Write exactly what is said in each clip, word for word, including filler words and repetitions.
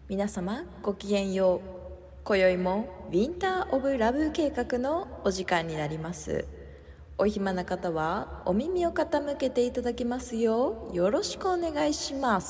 皆様ごきげんよう。今宵もウィンター・オブ・ラブ計画のお時間になります。お暇な方はお耳を傾けていただきますようよろしくお願いします。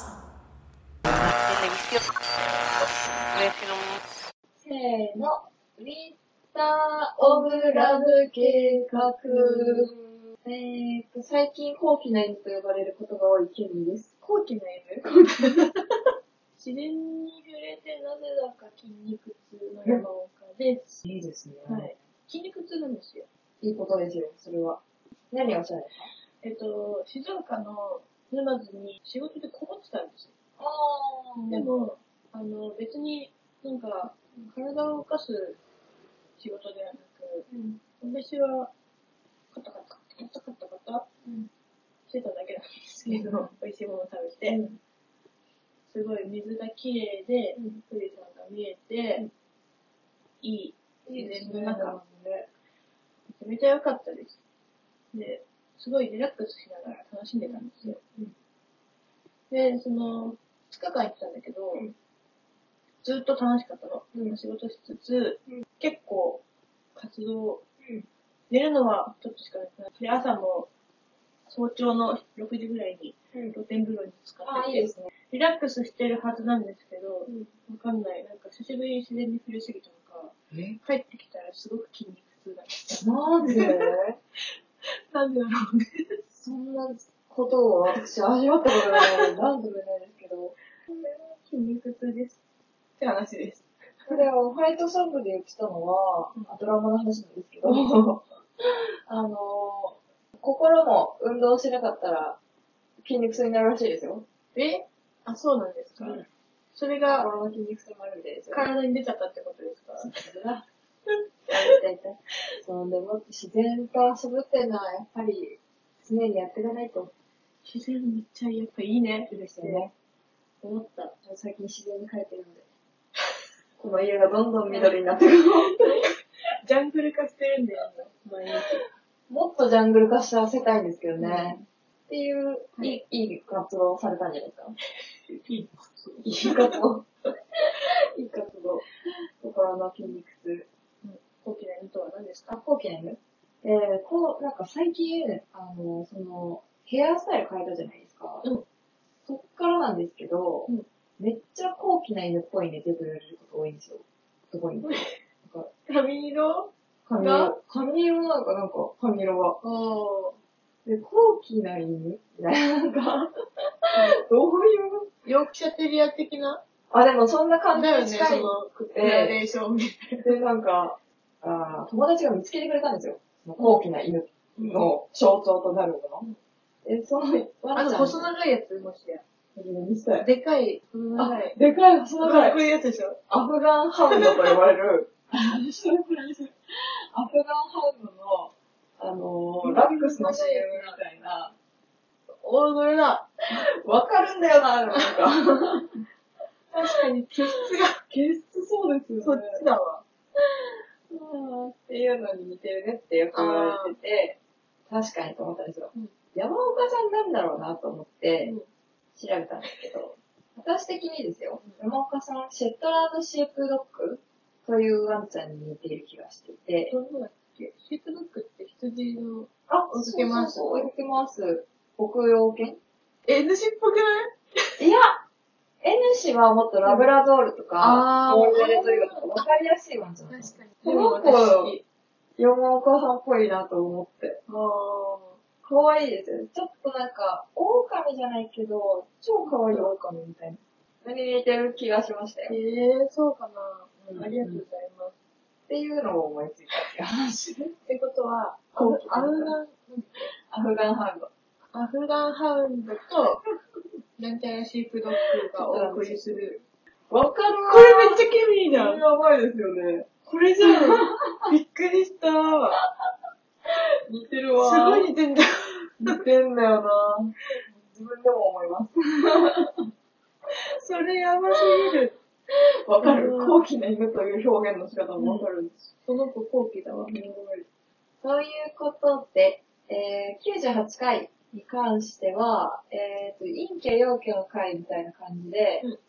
せーの、ウィンター・オブ・ラブ計画。えーと、最近高貴な犬と呼ばれることが多いケミーです。 高貴な犬自然に触れてなぜだか筋肉痛の山岡です。 いいですね。 はい。筋肉痛なんですよ。 いいことですよ、それは。何をおっしゃるんですか？ えっと、静岡の沼津に仕事でこもってたんですよ。 あー。 でも、あの、別になんか、体を動かす仕事ではなく、うん、私は、カタカタ、カタカタカタ、うん、してただけなんですけど、うん、美味しいものを食べて、うん、すごい水が綺麗で、うん、富士山が見えて、うん、いい自然の中で、めちゃめちゃ良かったです。で、すごいリラックスしながら楽しんでたんですよ。うん、で、その、ふつかかん行ってたんだけど、うん、ずっと楽しかったの。うん、仕事しつつ、うん、結構活動、うん、寝るのはちょっとしかなくなって、朝も早朝のろくじぐらいに露天風呂に浸かってて、 いいですね、 リラックスしてるはずなんですけど、うん、わかんない。なんか久しぶりに自然に触れすぎたのか、帰ってきたらすごく筋肉痛だった。 なんでなんでだろうね。 そんなことを私は味わったことがないので、なんでもないですけど。 筋肉痛です。って話です。 これはホワイトソングで言ってたのは、うん、ドラマの話なんですけど、あのー、心も運動しなかったら筋肉痛になるらしいですよ。 え？あ、そうなんですか？うん、それが、 心の筋肉痛もあるみたいですよ。 体に出ちゃったってことですか？ そうだ。そう、でも自然と遊ぶっていうのはやっぱり常にやっていかないと。 自然めっちゃやっぱいいね。 いいですよね。 思った。 最近自然に帰ってるので。この家がどんどん緑になってくる。 ジャングル化してるんだよ、毎日。 もっとジャングル化させたいんですけどね。うん、っていう、はい、いい、いい活動されたんじゃないですか？ いいいい活動。いい活動。心の筋肉痛。 高貴な犬とは何ですか？ 高貴な犬？えー、こう、なんか最近、あの、その、ヘアスタイル変えたじゃないですか。うん。そっからなんですけど、うん、めっちゃ高貴な犬っぽいねってよく言われること多いんですよ。どこに。なんか髪色髪色髪色なのかなんか、髪色が。で、高貴な犬みたいな、なんか、どういうヨークシャテリア的なあ、でもそんな感じに近いくて、グラデーションみたいな。 で、なんか、あ友達が見つけてくれたんですよ。その高貴な犬の象徴となるもの。うん、え、そう、 あの、細長いやつ、もしや。でかい、細長い。 でかい、細長い。 こういうやつでしょ。 アフガンハウンドと呼ばれる、アフガンハウンドの、あのー、ラックスの シーエム みたいな。 おー、これだ。 わかるんだよな、なんか。 確かに、毛質が。 毛質そうですよね。 そっちだわ。 っていうのに似てるねってよく言われてて、確かにと思ったんですよ。うん、山岡さんなんだろうなと思って、調べたんですけど、私的にですよ、うん、山岡さん、シェットランドシェイプドッグというワンちゃんに似ている気がしていて、 どうだっけ？シェイプドッグって羊の、 あ、追いかけます。追いかけます。牧羊犬？ え、主っぽくないいや、主はもっとラブラドールとか、モールレトリバーとか分かりやすいワンちゃん。確かに。この子、山岡さんっぽいなと思って。あー。かわいいですよね。ちょっとなんか、狼じゃないけど、超かわいい狼みたいな。それに似てる気がしましたよ。 へえー、そうかな、うん。ありがとうございます。 っていうのを思いついたって話。 ってことは、アフガン、 アフガンハウンド。 アフガンハウンドと、なんちゃらシープドッグがお送りする。 わかるわ。 これめっちゃケミーじゃん。 やばいですよね。 これじゃん。びっくりした。 似てるわ。 すごい似てんだ。 似てんだよな。自分でも思います。 それやばすぎる。 わかる。高貴な犬という表現の仕方もわかるんです。 その子高貴だわ。 そういうことで、えー、きゅうじゅうはちかいに関しては、えーと、陰キャ陽キャの回みたいな感じで、うん、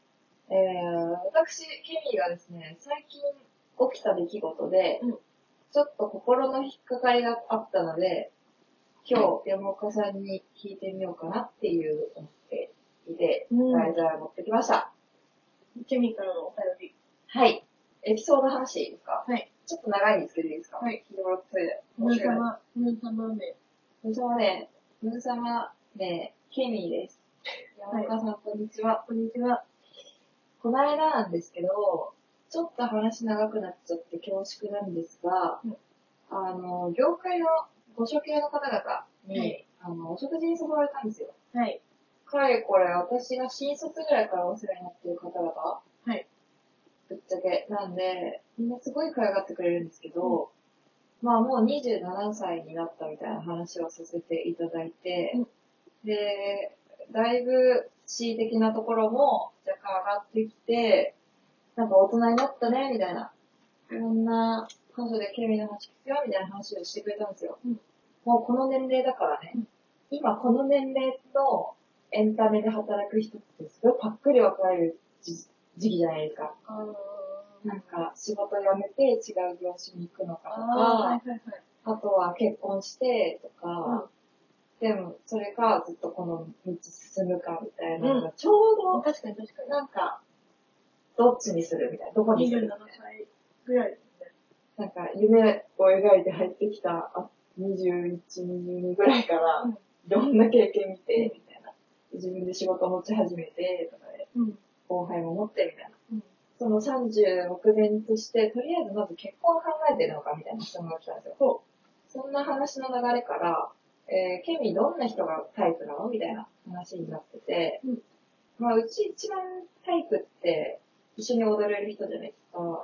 えー、私、ケミーがですね、最近起きた出来事で、うん、ちょっと心の引っかかりがあったので、今日、山岡さんに聞いてみようかなっていう思っていて、題材を持ってきました。 ケミーからのお便り。 はい。エピソード話していいですか？ はい。 ちょっと長いんですけどいいですか？ はい。 聞いてもらって。 ムー様、ムー様名。 ムー様名、ムー様名、ケミーです。山岡さん、はい、こんにちは。 こんにちは。 この間なんですけど、ちょっと話長くなっちゃって恐縮なんですが、うん、あの、業界のご処刑の方々に、はい、あの、お食事に誘われたんですよ。 はい。 かれこれ、私が新卒ぐらいからお世話になっている方々。 はい。 ぶっちゃけ。なんで、みんなすごい可愛がってくれるんですけど、うん、まあもうにじゅうななさいになったみたいな話をさせていただいて、うん、で、だいぶ恣意的なところも若干上がってきて、なんか大人になったね、みたいな。いろんな箇所でケミの話聞くよ、みたいな話をしてくれたんですよ。うん、もうこの年齢だからね。うん、今この年齢のエンタメで働く人ってすごいパックリ分かれる時期じゃないですか。なんか仕事辞めて違う業種に行くのかとか、あ、はいはいはい、あとは結婚してとか、うん、でもそれかずっとこの道進むかみたいなのがちょうど、 うん、確かに確かになんかどっちにするみたいな、どこにするみたいな。 にじゅうななさいぐらいですね。 なんか夢を描いて入ってきたにじゅういち、にじゅうにぐらいから、うん、いろんな経験見て、みたいな。自分で仕事を持ち始めて、とかで、うん、後輩も持って、みたいな。うん、そのさんじゅう目前として、とりあえずまず結婚を考えてるのか、みたいな質問が来たんですよ。そんな話の流れから、えー、ケミどんな人がタイプなのみたいな話になってて、うん、まあ、うち一番タイプって、一緒に踊れる人じゃないですか。はい。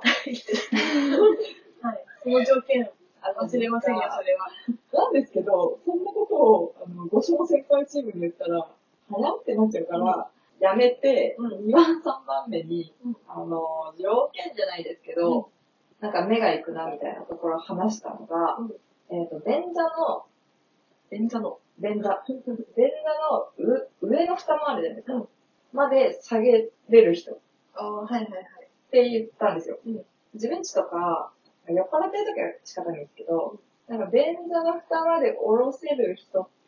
その条件、忘れませんよ、それは。 なんですけど、そんなことを、あの、ご小先輩チームに言ったら、はやってなっちゃうから、うん、やめて、うん、にばん、さんばんめに、うん、あの、条件じゃないですけど、うん、なんか目が行くな、みたいなところを話したのが、うん、えっと、便座の、便座の、便座。便座のう上の二回りじゃないですか。うん、まで下げれる人。 ああ、はいはいはい。 って言ったんですよ。うん、自分ちとか、酔っ払ってる時は仕方ないんですけど、なんか便座の蓋まで下ろせる人って、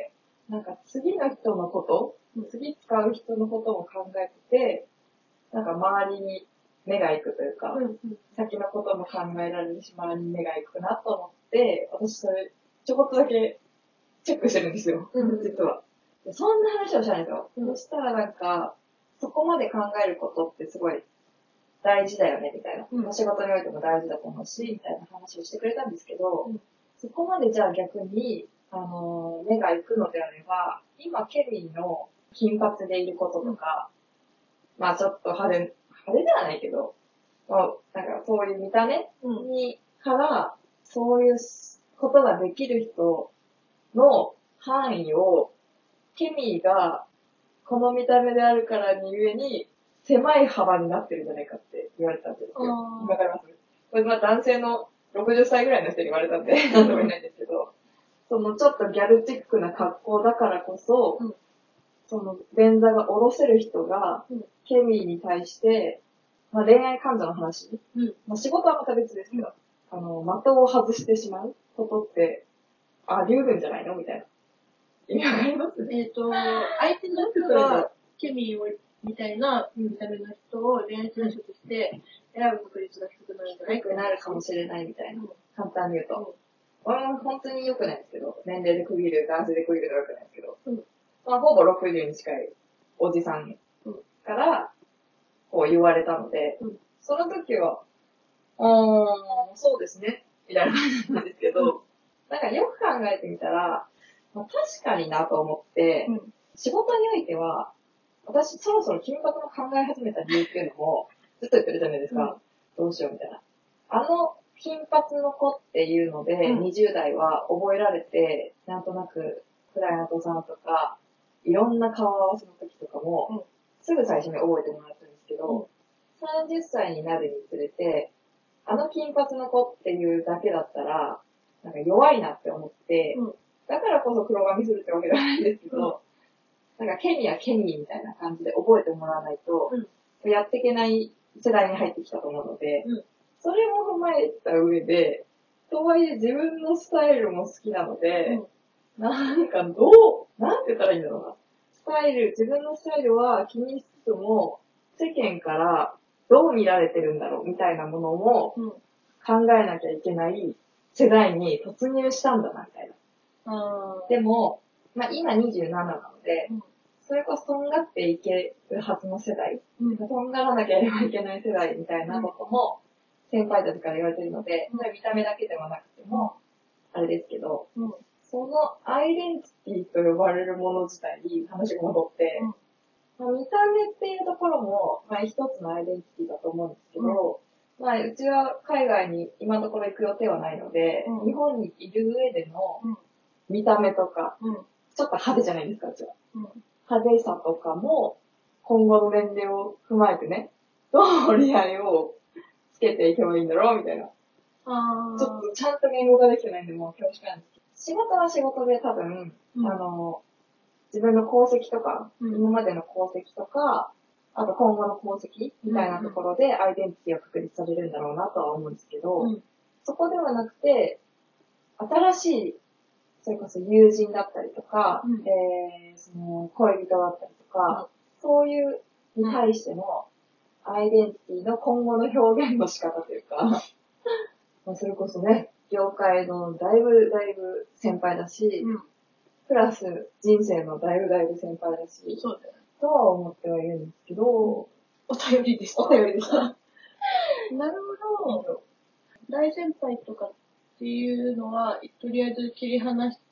なんか次の人のこと、うん、次使う人のことも考えてて、なんか周りに目が行くというか、うんうん、先のことも考えられるし、周りに目が行くなと思って、私それちょこっとだけチェックしてるんですよ、うん、実は。そんな話をしたんですよ。うん、そしたらなんか、そこまで考えることってすごい大事だよね、みたいな。うん、仕事においても大事だと思うし、みたいな話をしてくれたんですけど、うん、そこまでじゃあ逆に、あのー、目が行くのであれば、今、ケミーの金髪でいることとか、うん、まあちょっと派手、派手ではないけど、まあ、なんかそういう見た目に、から、そういうことができる人の範囲を、ケミーがこの見た目であるからにゆえに、狭い幅になってるんじゃないかって言われたんですよ。わかります？これまあ男性のろくじゅっさいぐらいの人に言われたんで、なんとも言えないんですけど、そのちょっとギャルチックな格好だからこそ、うん、その便座が下ろせる人が、うん、ケミーに対して、まあ恋愛感情の話、うん、まあ仕事はまた別ですけど、うん、あの、的を外してしまうことって、あり得るんじゃないのみたいな。意味わかりますね。 えっと、相手の人が、ケミーをみたいな見た目の人を恋愛対象として選ぶ確率が低くなるんじゃない低くなるかもしれないみたいな。うん、簡単に言うと。うん、俺も本当に良くないですけど、年齢で区切る、男性で区切るのは良くないですけど、うん、まあほぼろくじゅうに近いおじさんから、こう言われたので、うん、その時は、うーん、そうですね、みたいな感じなんですけど、うん、なんかよく考えてみたら、まあ、確かになと思って、うん、仕事においては、私そろそろ金髪も考え始めた理由っていうのも、ずっと言ってるじゃないですか。うん、どうしようみたいな。あの金髪の子っていうので、うん、にじゅう代は覚えられて、なんとなく、クライアントさんとか、いろんな顔合わせの時とかも、うん、すぐ最初に覚えてもらったんですけど、うん、さんじゅっさいになるにつれて、あの金髪の子っていうだけだったら、なんか弱いなって思って、うん、だからこそ黒髪するってわけではないんですけど、うん、なんかケミーはケミーみたいな感じで覚えてもらわないと、うん、 やっていけない世代に入ってきたと思うので、うん、それも踏まえた上で、とはいえ自分のスタイルも好きなので、うん、なんかどう、なんて言ったらいいんだろうな。スタイル、自分のスタイルは気にしつつも、世間からどう見られてるんだろうみたいなものも考えなきゃいけない世代に突入したんだな、みたいな。うん、でも、まあ今にじゅうなななので、うん、それこそとんがっていけるはずの世代、うん、とんがらなければいけない世代みたいなことも先輩たちから言われてるので、うん、見た目だけではなくても、あれですけど、うん、そのアイデンティティと呼ばれるもの自体に話が戻って、うんまあ、見た目っていうところも、まあ一つのアイデンティティだと思うんですけど、うん、まあうちは海外に今のところ行く予定はないので、うん、日本にいる上での見た目とか、うん、ちょっと派手じゃないですか、うちは。うん派手さとかも、今後の年齢を踏まえてね、どう折り合いをつけていけばいいんだろうみたいな。あちょっとちゃんと言語ができてないんで、もう恐縮なんですけど。仕事は仕事で多分、うん、あの、自分の功績とか、うん、今までの功績とか、あと今後の功績みたいなところでアイデンティティを確立されるんだろうなとは思うんですけど、うん、そこではなくて、新しいそれこそ友人だったりとか、うん、えー、その恋人だったりとか、うん、そういうに対してのアイデンティティの今後の表現の仕方というか、まあそれこそね、業界のだいぶだいぶ先輩だし、うん、プラス人生のだいぶだいぶ先輩だし、そうだよとは思ってはいるんですけど、お便りでした。 お便りでした。 なるほど。大先輩とかっていうのは、とりあえず切り離して、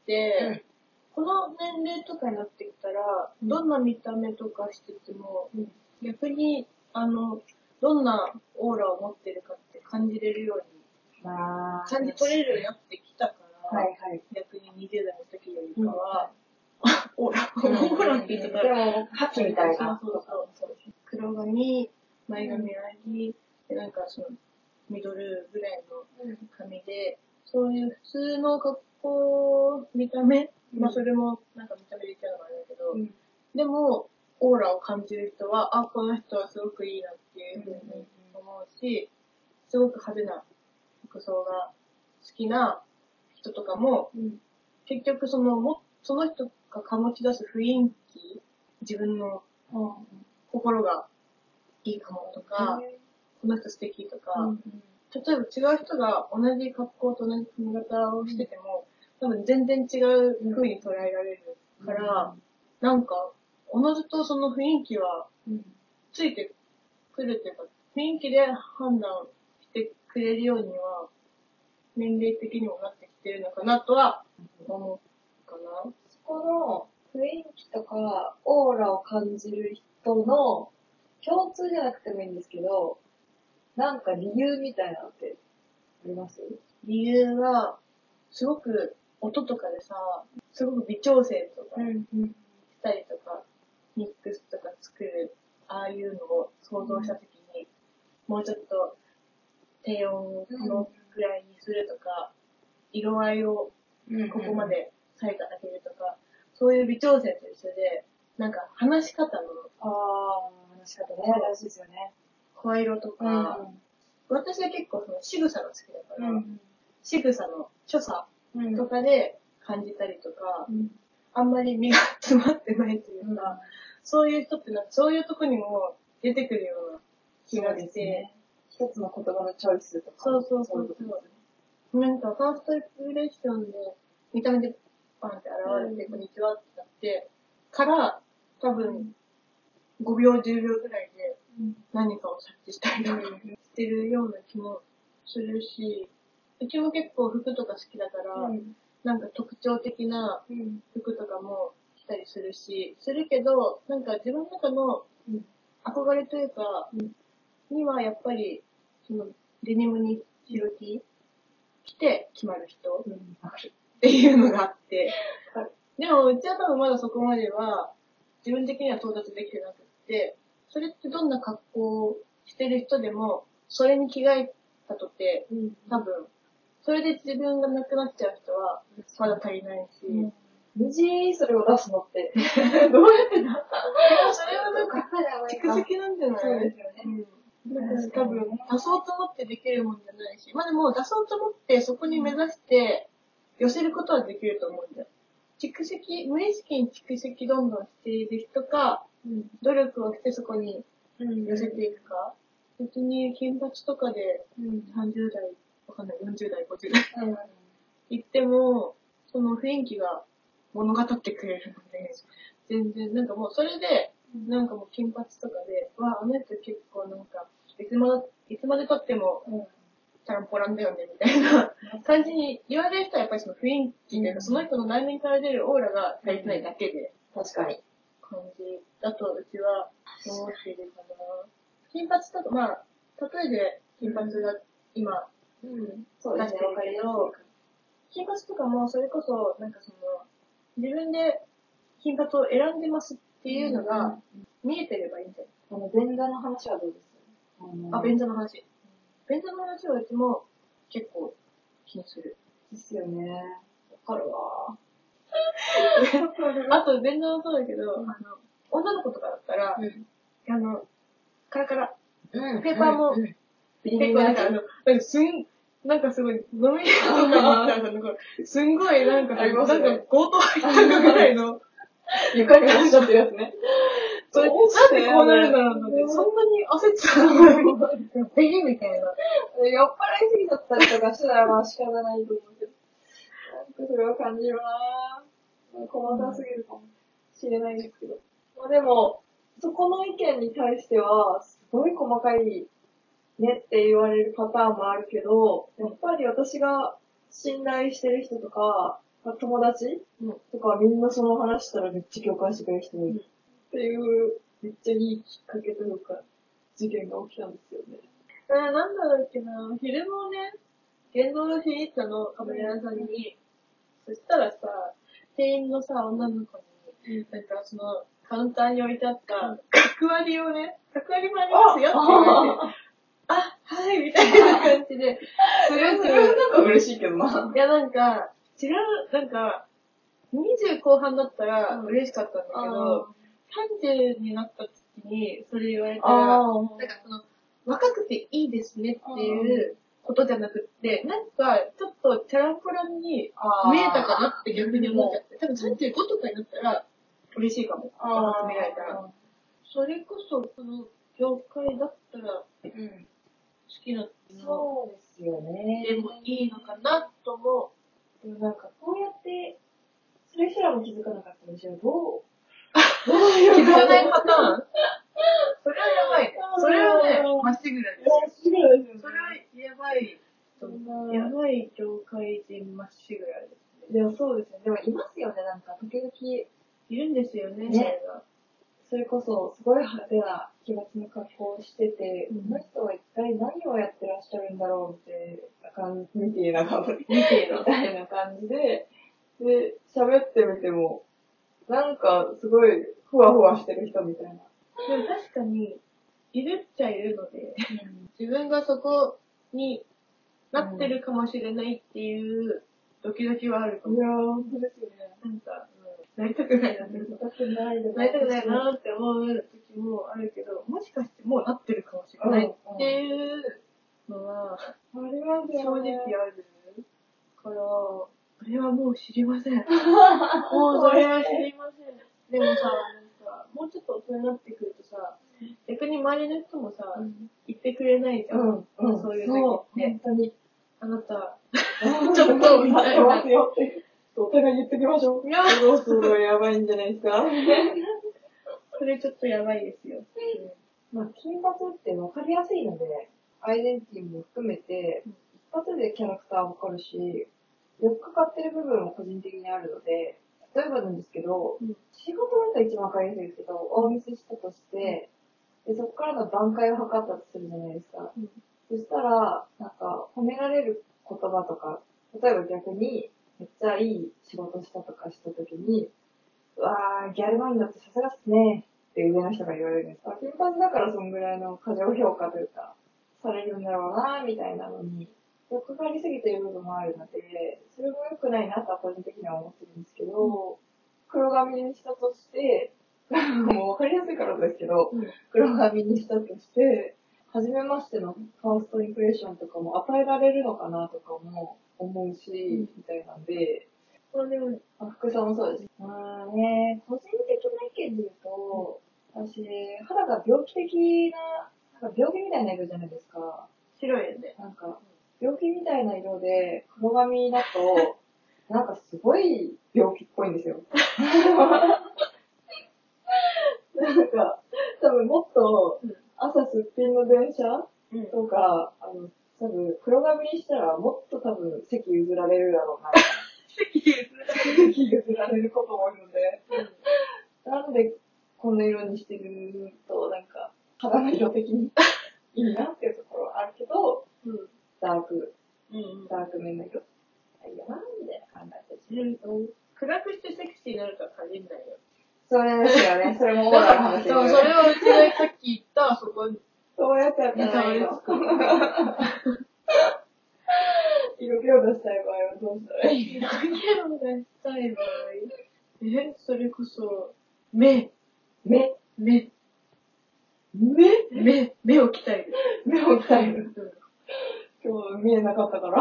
うん、この年齢とかになってきたら、うん、どんな見た目とかしてても、うん、逆に、あの、どんなオーラを持ってるかって感じれるように、感じ取れるようになってきたから、はいはい、逆ににじゅう代の時よりかは、うん、オーラ、オーラって言ってたら、 でも、ハッキみたいな。 そうそうそう。黒髪、前髪あり、でなんかその、ミドルぐらいの髪で、そういう普通の格好、見た目、うん、まあそれもなんか見た目で言っちゃうのもあれだけど、うん、でも、オーラを感じる人は、あ、この人はすごくいいなっていうふうに思うし、すごく派手な服装が好きな人とかも、うん、結局その、も、その人が醸し出す雰囲気、自分の心がいいかもとか、うんこの人素敵とか、うんうん、例えば違う人が同じ格好と同じ髪型をしてても、多分全然違う風に捉えられるから、うん、なんか、おのずとその雰囲気は、ついてくるっていうか、雰囲気で判断してくれるようには、年齢的にもなってきてるのかなとは思うかな。 そこの雰囲気とか、オーラを感じる人の共通じゃなくてもいいんですけど、なんか理由みたいなのってあります？ 理由は、すごく音とかでさ、すごく微調整とかしたりとか、うんうん、ミックスとか作る、ああいうのを想像したときに、うん、もうちょっと低音をこのぐらいにするとか、うん、色合いをここまで最下上げるとか、うんうん、そういう微調整と一緒で、なんか話し方の、 あー、話し方ね、大事ですよね。 声色とか、うん、私は結構その仕草が好きだから、うん、仕草の所作とかで感じたりとか、うん、あんまり身が詰まってないというか、うん、そういう人ってなんかそういうとこにも出てくるような気がして、ね、 一つの言葉のチョイスとか。 そうそうそうそう。なんかファーストインプレッションで見た目でバンって現れて、こんにちはってなって、から多分ごびょうじゅうびょうぐらいで何かを察知したりとかしてるような気もするし、うちも結構服とか好きだから、うん、なんか特徴的な服とかも着たりするし、するけど、なんか自分の中の憧れというか、うん、にはやっぱり、そのデニムに白 T 着て決まる人っていうのがあって、でもうちは多分まだそこまでは自分的には到達できてなくて、それってどんな格好をしてる人でも、それに着替えたとて、うん、多分、それで自分がなくなっちゃう人は、まだ足りないし。 無事それを出すのって、どうやって出すの？ それはなんか、 蓄積なんじゃない？ そうですよね。 うん。なんか多分、出そうと思ってできるもんじゃないし、まあでも出そうと思ってそこに目指して寄せることはできると思うんだよ。蓄積、無意識に蓄積どんどんしている人か、うん、努力をしてそこに寄せていくか、うん、別に金髪とかでさんじゅう代、わかんない、よんじゅう代、ごじゅう代、うん、行っても、その雰囲気が物語ってくれるので、全然、なんかもうそれで、なんかもう金髪とかで、わあ、あの人結構なんか、いつまで、いつまで経っても、うん、チャランポランだよね、みたいな感じに言われる人はやっぱりその雰囲気というか、うん、その人の内面から出るオーラが足りてないだけで、 確かに。 感じだとうちは思っているかな。金髪とか、まあ、例えで金髪が今、うん、そうですね、わかるけど、金髪とかもそれこそ、なんかその、自分で金髪を選んでますっていうのが見えてればいいんじゃない？ あの、便座の話はどうです？ あ、便座の話。便座の話はうちも結構気にする。 ですよね。わかるわ。 あと、便座もそうだけど、うん、あの、女の子とかだったら、うん、あの、カラカラ、うん、ペーパーも、うんうん、結構なんかあの、なんかすん、なんかすごい、飲み屋とか行ったらさ、なんか、すんごいなんか、ね、なんか強盗入ったぐらいの、 床に落ちちゃってるやつね。 それ、なんでこうなるんだろうって、そんなに焦ってたのベリみたいな。 酔っ払いすぎちゃったりとかしたらまあ仕方ないと思うけど。なんかそれは感じるなぁ。細かすぎるかもしれないですけど。まあでも、そこの意見に対しては、すごい細かいねって言われるパターンもあるけど、やっぱり私が信頼してる人とか、友達、うん、とかみんなその話したらめっちゃ共感してくれる人もいる、うん、っていう、めっちゃいいきっかけというか、事件が起きたんですよね。 えー、なんだろうっけな、昼もね、言動しに行ったの、カメラ屋さんに。うん、そしたらさ、店員のさ、女の子に、うん、なんかその、カウンターに置いてあった、角割りをね、角割りもありますよって言われて、あ、はい、みたいな感じで、 すごい、それはなんか嬉しいけどな。 いや、なんか、違う、なんか、にじゅう後半だったら嬉しかったんだけど、さんじゅうになった時にそれ言われたら、なんかその、若くていいですねっていうことじゃなくって、なんかちょっとチャランポランに見えたかなって逆に思っちゃって、多分さんじゅうごとかになったら嬉しいかも。若く見られたら。それこそ、その、業界だったら、好きなの。 そうですよね。 でもいいのかなと思う。でもなんかこうやって、それすらも気づかなかったら、じゃあどう気づかないパターンそれはやばいね。それはね、まっしぐらです。まっしぐらですよね。それはやばい。やばい業界人まっしぐらですね。いや、そうですね。でもいますよね、なんか、時々。 いるんですよね、 ね、それが。それこそ、すごい派手な奇抜な格好をしてて、うん、この人は一体何をやってらっしゃるんだろうって、みてえな感じ、みてえなみたいな感じで、で、喋ってみても、なんか、すごい、ふわふわしてる人みたいな。 でも確かに、いるっちゃいるので、うん、自分がそこになってるかもしれないっていうドキドキはあるかも。 いやー、本当ですよね。 なんか、うん、なりたくないな、なりたくないな、なりたくないなって思う時もあるけど、もしかしてもうなってるかもしれないっていうのは、 ありますよね。 正直あるから、それはもう知りません。もうそれは知りません。でもさ、なんか、もうちょっと大人になってくるとさ、逆に周りの人もさ、うん、言ってくれないじゃん。うんうん、そういう時って。本当に。あなた、ちょっと、みたいな。 お互い言ってきましょう。いや、そろそろやばいんじゃないですか。 それちょっとやばいですよ。 まあ、金髪って分かりやすいので、アイデンティティも含めて、うん、一発でキャラクター分かるし、よっかかってる部分も個人的にあるので、例えばなんですけど、うん、仕事だったら一番分かりやすいですけど、大ミスしたとして、でそこからの挽回を図ったとするじゃないですか。うん、そしたら、なんか、褒められる言葉とか、例えば逆に、めっちゃいい仕事したとかしたときに、うわー、ギャルマインドってさすがっすねって上の人が言われるんですか。金髪だからそんぐらいの過剰評価というか、されるんだろうなみたいなのに、よくかかりすぎている部分もあるので、それも良くないなとは個人的には思ってるんですけど、黒髪にしたとして、 もうわかりやすいからですけど、うん、黒髪にしたとして、初めましてのファーストインプレッションとかも与えられるのかなとかも思うし、うん、みたいなんで、 これでも、 あ、福さんもそうです。まあね、個人的な意見で言うと、うん、私、肌が病気的な、なんか病気みたいな色じゃないですか。 白いよね。 なんか、病気みたいな色で黒髪だと、なんかすごい病気っぽいんですよ。なんか、多分もっと朝すっぴんの電車とか、うん、あの、多分黒髪にしたらもっと多分席譲られるだろうな。 席譲られる席譲られることも多いので、うん、なんでこんな色にしてると、なんか肌の色的にいいなっていうところはあるけど、うん、ダーク、うん、ダークめの色いいよなみたいな考えてし、 うん、暗くしてセクシーになるとは限らないよ。 それですよね。それもオーラの話ですよね。 それをうちでさっき言ったそこに。 そうやってやったらいいの。色気を出したい場合はどうしたらいいの？ 色気を出したい場合。え、それこそ、目。 目。 目。 目目。目を鍛える。 目を鍛える。今日見えなかったから。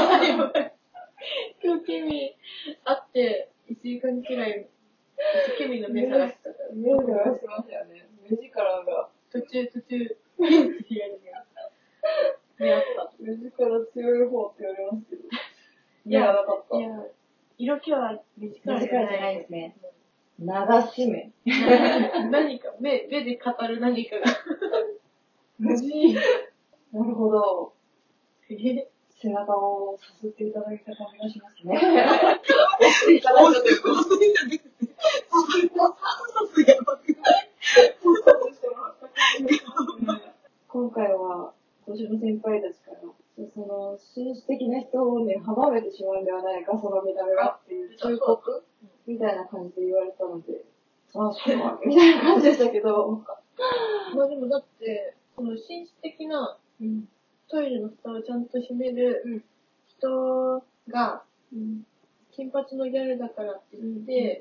今日君、会って、いちじかんくらい、君の目探したから。 目探してましたよね。目力が。 途中、途中、ピンってやるのが。目あった。 目力強い方って言われますけど。 いや、なかった。いや、色気は目力じゃないですね。流し目。 何か、目、目で語る何かが。 無事。なるほど。 え背中をさすっていただいた感じがしますね。今回は、年の先輩たちから、その、紳士的な人をね、阻めてしまうんではないか、その見た目がっていう、そういうことみたいな感じで言われたので、ああ、そうか、みたいな感じでしたけど。 まあでもだって、その紳士的な、うん、トイレの蓋をちゃんと閉める人が、うん、金髪のギャルだからって言って、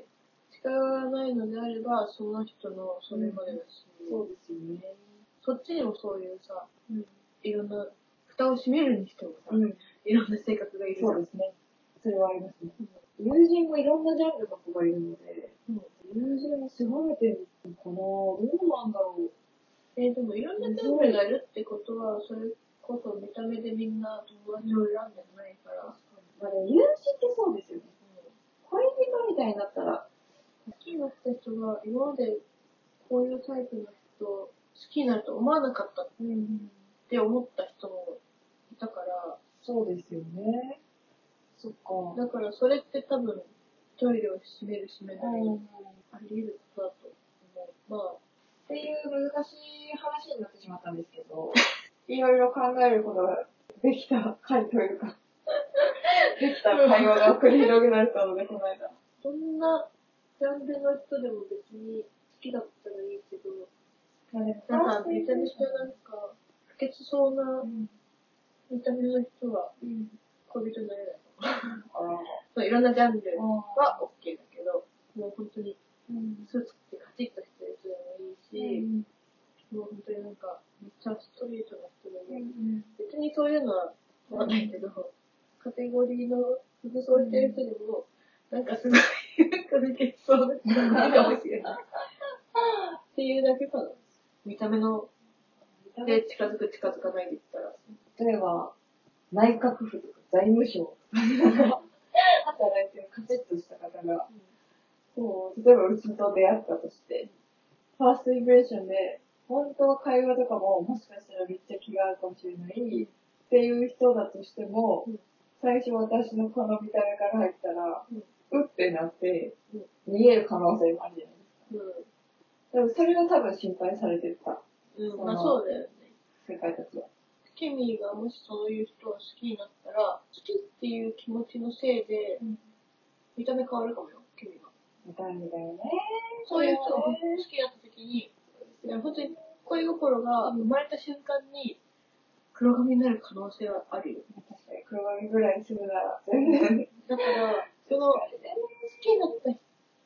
近寄らないのであれば、その人のそれまでだし、 うん、そうですよね。 そっちにもそういうさ、うん、いろんな、蓋を閉めるにしてもさ、うん、いろんな性格がいるじゃん。 そうですね。それはありますね。うん、友人もいろんなジャンルの子がいるので、うん、友人も狭めてるのかな、どうなんだろう。 えー、でもいろんなジャンルがいるってことは、それこそ見た目でみんな友達を選んでないから。 まあでも友人ってそうですよね。うん、恋人みたいになったら、 好きになった人が今までこういうタイプの人を好きになると思わなかったって思った人もいたから。 そうですよね。そっか。 だからそれって多分トイレを閉める閉めない、うん、あり得ることだと思う。まあ。 っていう難しい話になってしまったんですけど、いろいろ考えることができた回というか、できた会話が繰り広げられたので、この間。 そんなジャンルの人でも別に好きだったらいいけど、なんかめちゃめちゃなんか不潔そうな見た目の人は恋人になれないそう。いろんなジャンルは OK だけど、もう本当にスーツってカチッとしてる人でもいいし、うん、もう本当になんかめっちゃストレートな人でもいい、うん、別にそういうのは思わないけど、カテゴリーの服装してる人でも、なんかすごいなんか不潔そうな人がいいかもしれない。っていうだけかな。見た目ので近づく近づかないで言ったら。 例えば、内閣府とか財務省とか、働いてるカチッとした方が、そう、例えばうちと出会ったとして、ファーストインプレッションで、本当は会話とかももしかしたらめっちゃ気が合うかもしれないっていう人だとしても、うん、最初私のこの見た目から入ったら、うん、うってなって、逃げる可能性もあるじゃないですか。うん、でもそれが多分心配されてた。 うん、まあそうだよね。 先輩たちは。 ケミーがもしそういう人を好きになったら、好きっていう気持ちのせいで、うん、見た目変わるかもよ、ケミーが。 見た目だよね。 そういう人が好きだった時に、本当に恋心が生まれた瞬間に黒髪になる可能性はあるよ。 確かに黒髪ぐらいするなら全然。 だから、その、好きになった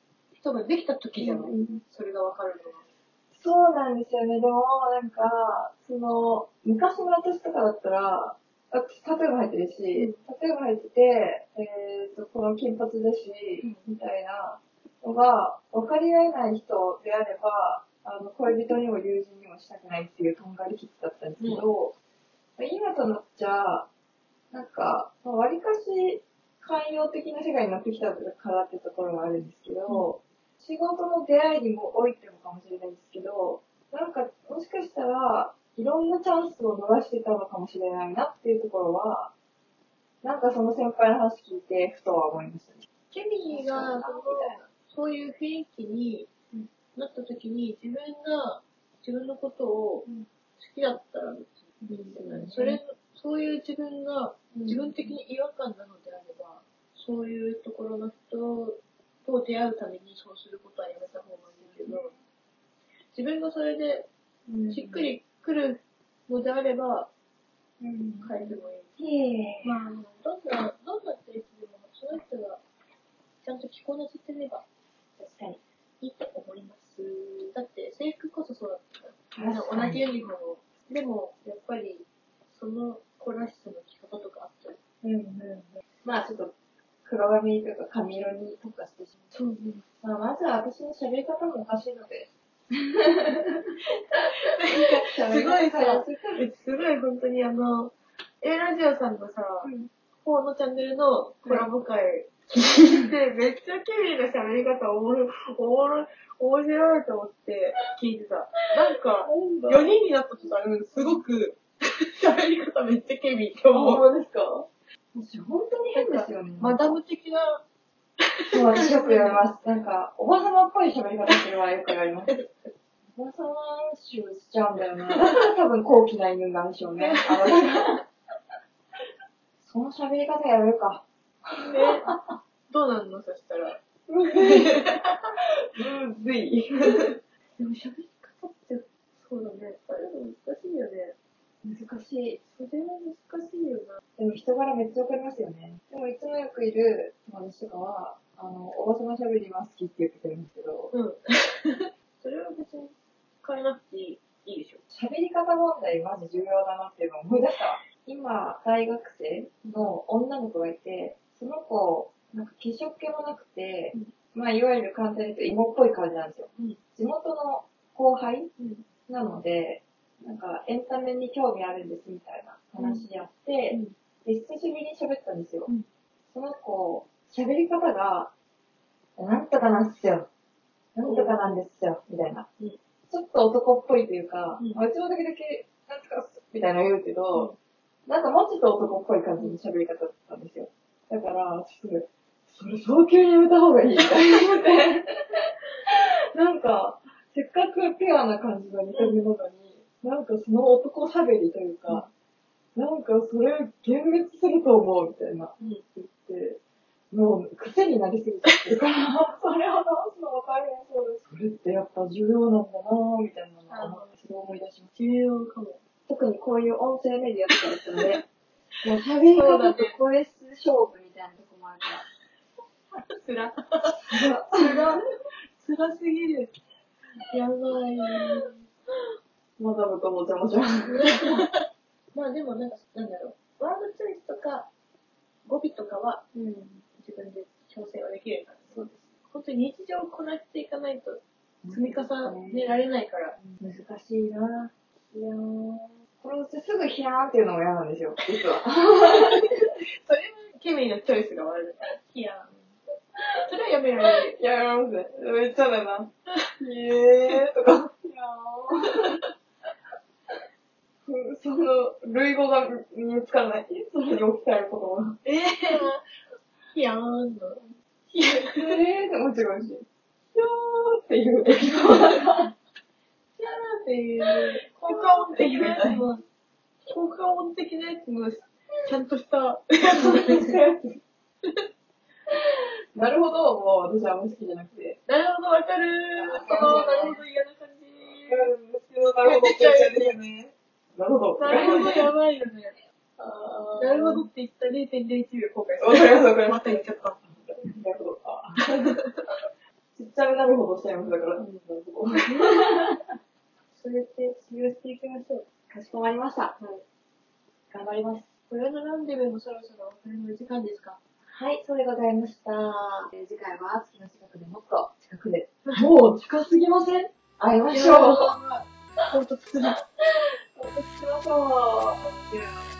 人ができた時じゃない、うん、それがわかるのは。 そうなんですよね。でも、なんか、その、昔の私とかだったら、私、タトゥーも入ってるし、タトゥーも入ってて、えっと、この金髪だし、みたいなのが、分かり合えない人であれば、あの、恋人にも友人にもしたくないっていうとんがりキッズだったんですけど、うん、今となっちゃ、なんか、まあ、割かし寛容的な世界になってきたからってところもあるんですけど、うん、仕事の出会いにもおいてもかもしれないんですけど、なんか、もしかしたら、いろんなチャンスを逃してたのかもしれないなっていうところは、なんかその先輩の話聞いて、ふとは思いましたね。 ケミーが、そういう雰囲気になった時に、自分が自分のことを好きだったらいいんじゃない、うん、それ、そういう自分が自分的に違和感なのであれば、そういうところの人と出会うためにそうすることはやめた方がいいけど、自分がそれでしっくりくるのであれば、変えてもいい。まあ、どんな、どんな性質でも、その人がちゃんと着こなせてれば、確かにいいと思います。だって、制服こそそうだったから、同じユニフォームでも、やっぱり、その子らしさの着方とかあったり。うんうんうん。 まあ、ちょっと、黒髪とか髪色に特化してしまう。そうね。まあ、まずは私の喋り方もおかしいので。 すごいさ、すごい本当にあの、A ラジオさんのさ、フォーのチャンネルのコラボ会聞いて、めっちゃケミーの喋り方おもろい、おもろい、面白いと思って聞いてた。なんか、よにんになった途端、すごく喋り方めっちゃケミーって思う。 本当ですか？本当に変ですよね。 マダム的な。 そう、私よく言われます。なんか、おばさまっぽい喋り方するはよく言われます。おばさま集しちゃうんだよな。多分高貴な犬なんでしょうね。その喋り方やめるか。 え、どうなんのそしたら。 むずい。むずい。 でも喋り方って、そうだね。あれでも難しいよね。 難しい。 それは難しいよな。 でも人柄めっちゃわかりますよね。でもいつもよくいる友達とかは、あの、おばさま喋りは好きって言ってくれるんですけど。 うん。それは別に変えなくていい、いいでしょ。 喋り方問題マジ重要だなっていうのを思い出したわ。今、大学生の女の子がいて、その子、なんか化粧気もなくて、うん、まあいわゆる簡単に言うと芋っぽい感じなんですよ。うん、地元の後輩、うん、なので、なんかエンタメに興味あるんですみたいな話やって、うん、で、久しぶりに喋ったんですよ。うん、その子、喋り方が、なんとかなんすよ。なんとかなんですよ。みたいな。うん、ちょっと男っぽいというか、うん、うちも時々、なんとかっすみたいなの言うけど、うん、なんかもうちょっと男っぽい感じの喋り方だったんですよ。だから、ちょっと、それ早急にやめた方がいいみたいな思って。なんか、せっかくピュアな感じの見た目なのに、なんかその男喋りというか、うん、なんかそれ幻滅すると思うみたいな、うん、言って、もう癖になりすぎちゃってるから、それを直すのも大変そうです。それってやっぱ重要なんだなぁ、みたいなのを思って、それを思い出します。 重要かも。 特にこういう音声メディアとかですので、もう喋り方と声質勝負みたいなとこもあるから。 つら。つら。つらすぎる。やばい。 まだぶともちゃもちゃ。 まあでもなんか、なんだろう。ワードチョイスとか、語尾とかは、うん、自分で調整はできるから、そうです。本当に日常をこなしていかないと、積み重ねられないから。 難しいなぁ。いやー。これってすぐヒヤーンっていうのも嫌なんですよ、実は。 それは、ケミーのチョイスが悪い。ヒヤーン。それはやめられる。 やめますね。めっちゃだな。イエーとか。いやー。その、類語が身につかない。それに置き換えることは。 えぇ、ー、ヒヤーンの。 ヒヤーン。えーってもちろんし。ヒヤーっていう時もなんか。 ヒヤーっていう、効果音的なやつも、効果音的なやつも、ちゃんとしたやつ。 なるほど、もう私はあんま好きじゃなくて。 なるほど、わかるー。そう、なるほど、嫌な感じ。 なるほどって言っちゃうよね。なるほど。 なるほど、やばいよね。なるほどって言った れいてんれいいち 秒後悔する。 わかります、わかります。 また言っちゃった。 なるほど。ちっちゃうなるほどしちゃいます、だから。 そうやって、そうやっていきましょう。 かしこまりました。はい。頑張ります。 親のランデブーもそろそろお別れの時間ですか？ はい、そうでございました。えー、次回は月の近くでもっと近くで。もう近すぎません？会いましょう。 ほんとつらい。 ほんとしましょう。